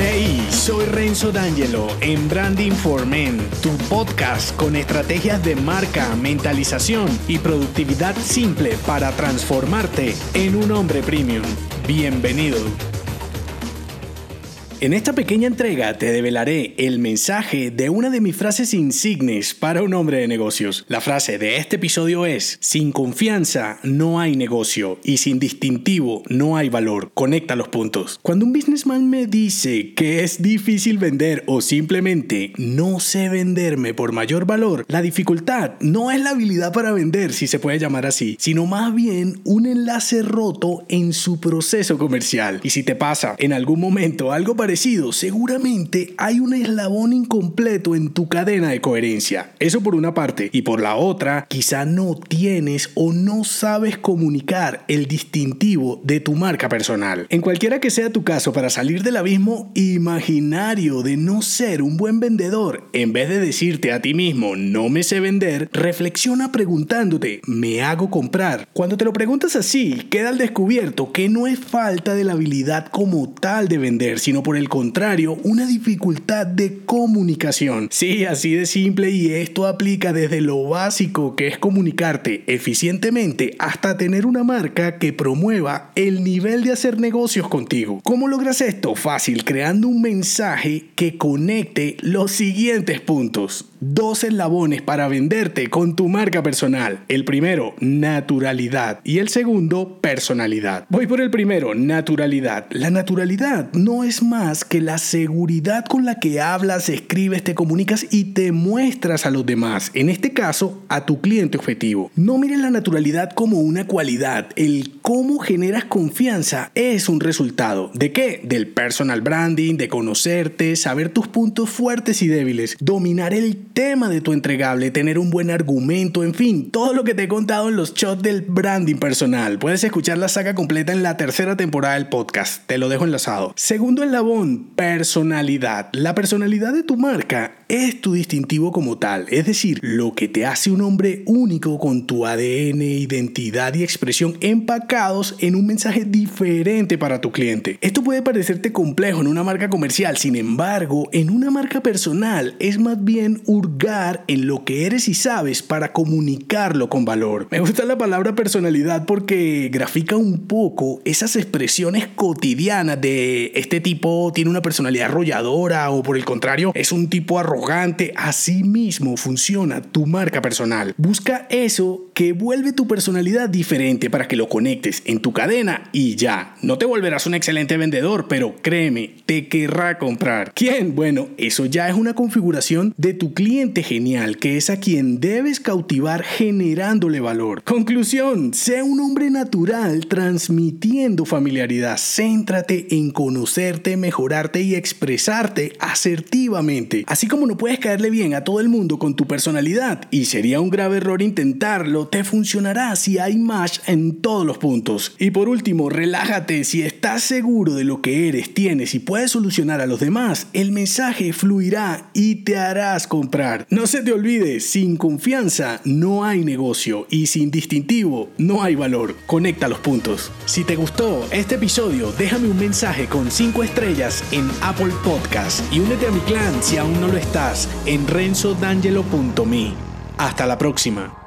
Hey, soy Renzo D'Angelo en Branding for Men, tu podcast con estrategias de marca, mentalización y productividad simple para transformarte en un hombre premium. Bienvenido. En esta pequeña entrega te develaré el mensaje de una de mis frases insignes para un hombre de negocios. La frase de este episodio es: sin confianza no hay negocio y sin distintivo no hay valor. Conecta los puntos. Cuando un businessman me dice que es difícil vender o simplemente no sé venderme por mayor valor, la dificultad no es la habilidad para vender, si se puede llamar así, sino más bien un enlace roto en su proceso comercial. Y si te pasa en algún momento algo parecido, seguramente hay un eslabón incompleto en tu cadena de coherencia. Eso por una parte. Y por la otra, quizá no tienes o no sabes comunicar el distintivo de tu marca personal. En cualquiera que sea tu caso, para salir del abismo imaginario de no ser un buen vendedor, en vez de decirte a ti mismo no me sé vender, reflexiona preguntándote ¿me hago comprar? Cuando te lo preguntas así, queda al descubierto que no es falta de la habilidad como tal de vender, sino por el contrario, una dificultad de comunicación. Sí, así de simple, y esto aplica desde lo básico que es comunicarte eficientemente hasta tener una marca que promueva el nivel de hacer negocios contigo. ¿Cómo logras esto? Fácil, creando un mensaje que conecte los siguientes puntos. 2 eslabones para venderte con tu marca personal. El primero, naturalidad, y el segundo, personalidad. Voy por el primero, naturalidad. La naturalidad no es más que la seguridad con la que hablas, escribes, te comunicas y te muestras a los demás, en este caso a tu cliente objetivo. No mires la naturalidad como una cualidad. El cómo generas confianza es un resultado. ¿De qué? Del personal branding, de conocerte, saber tus puntos fuertes y débiles, dominar el tema de tu entregable, tener un buen argumento, en fin, todo lo que te he contado en los shots del branding personal. Puedes escuchar la saga completa en la 3ª temporada del podcast, te lo dejo enlazado. Segundo eslabón, personalidad. La personalidad de tu marca es tu distintivo como tal, es decir, lo que te hace un hombre único con tu ADN, identidad y expresión empacados en un mensaje diferente para tu cliente. Esto puede parecerte complejo en una marca comercial, sin embargo, en una marca personal es más bien hurgar en lo que eres y sabes para comunicarlo con valor. Me gusta la palabra personalidad porque grafica un poco esas expresiones cotidianas de este tipo tiene una personalidad arrolladora o por el contrario es un tipo arrogante. Así mismo funciona tu marca personal. Busca eso que vuelve tu personalidad diferente para que lo conectes en tu cadena y ya. No te volverás un excelente vendedor, pero créeme, te querrá comprar. ¿Quién? Bueno, eso ya es una configuración de tu cliente genial, que es a quien debes cautivar generándole valor. Conclusión, sea un hombre natural transmitiendo familiaridad. Céntrate en conocerte, mejorarte y expresarte asertivamente. Así como no puedes caerle bien a todo el mundo con tu personalidad, y sería un grave error intentarlo, te funcionará si hay match en todos los puntos. Y por último, relájate. Si estás seguro de lo que eres, tienes y puedes solucionar a los demás, el mensaje fluirá y te harás comprar. No se te olvide, sin confianza no hay negocio y sin distintivo no hay valor. Conecta los puntos. Si te gustó este episodio, déjame un mensaje con 5 estrellas en Apple Podcast y únete a mi clan si aún no lo estás en renzodangelo.me. Hasta la próxima.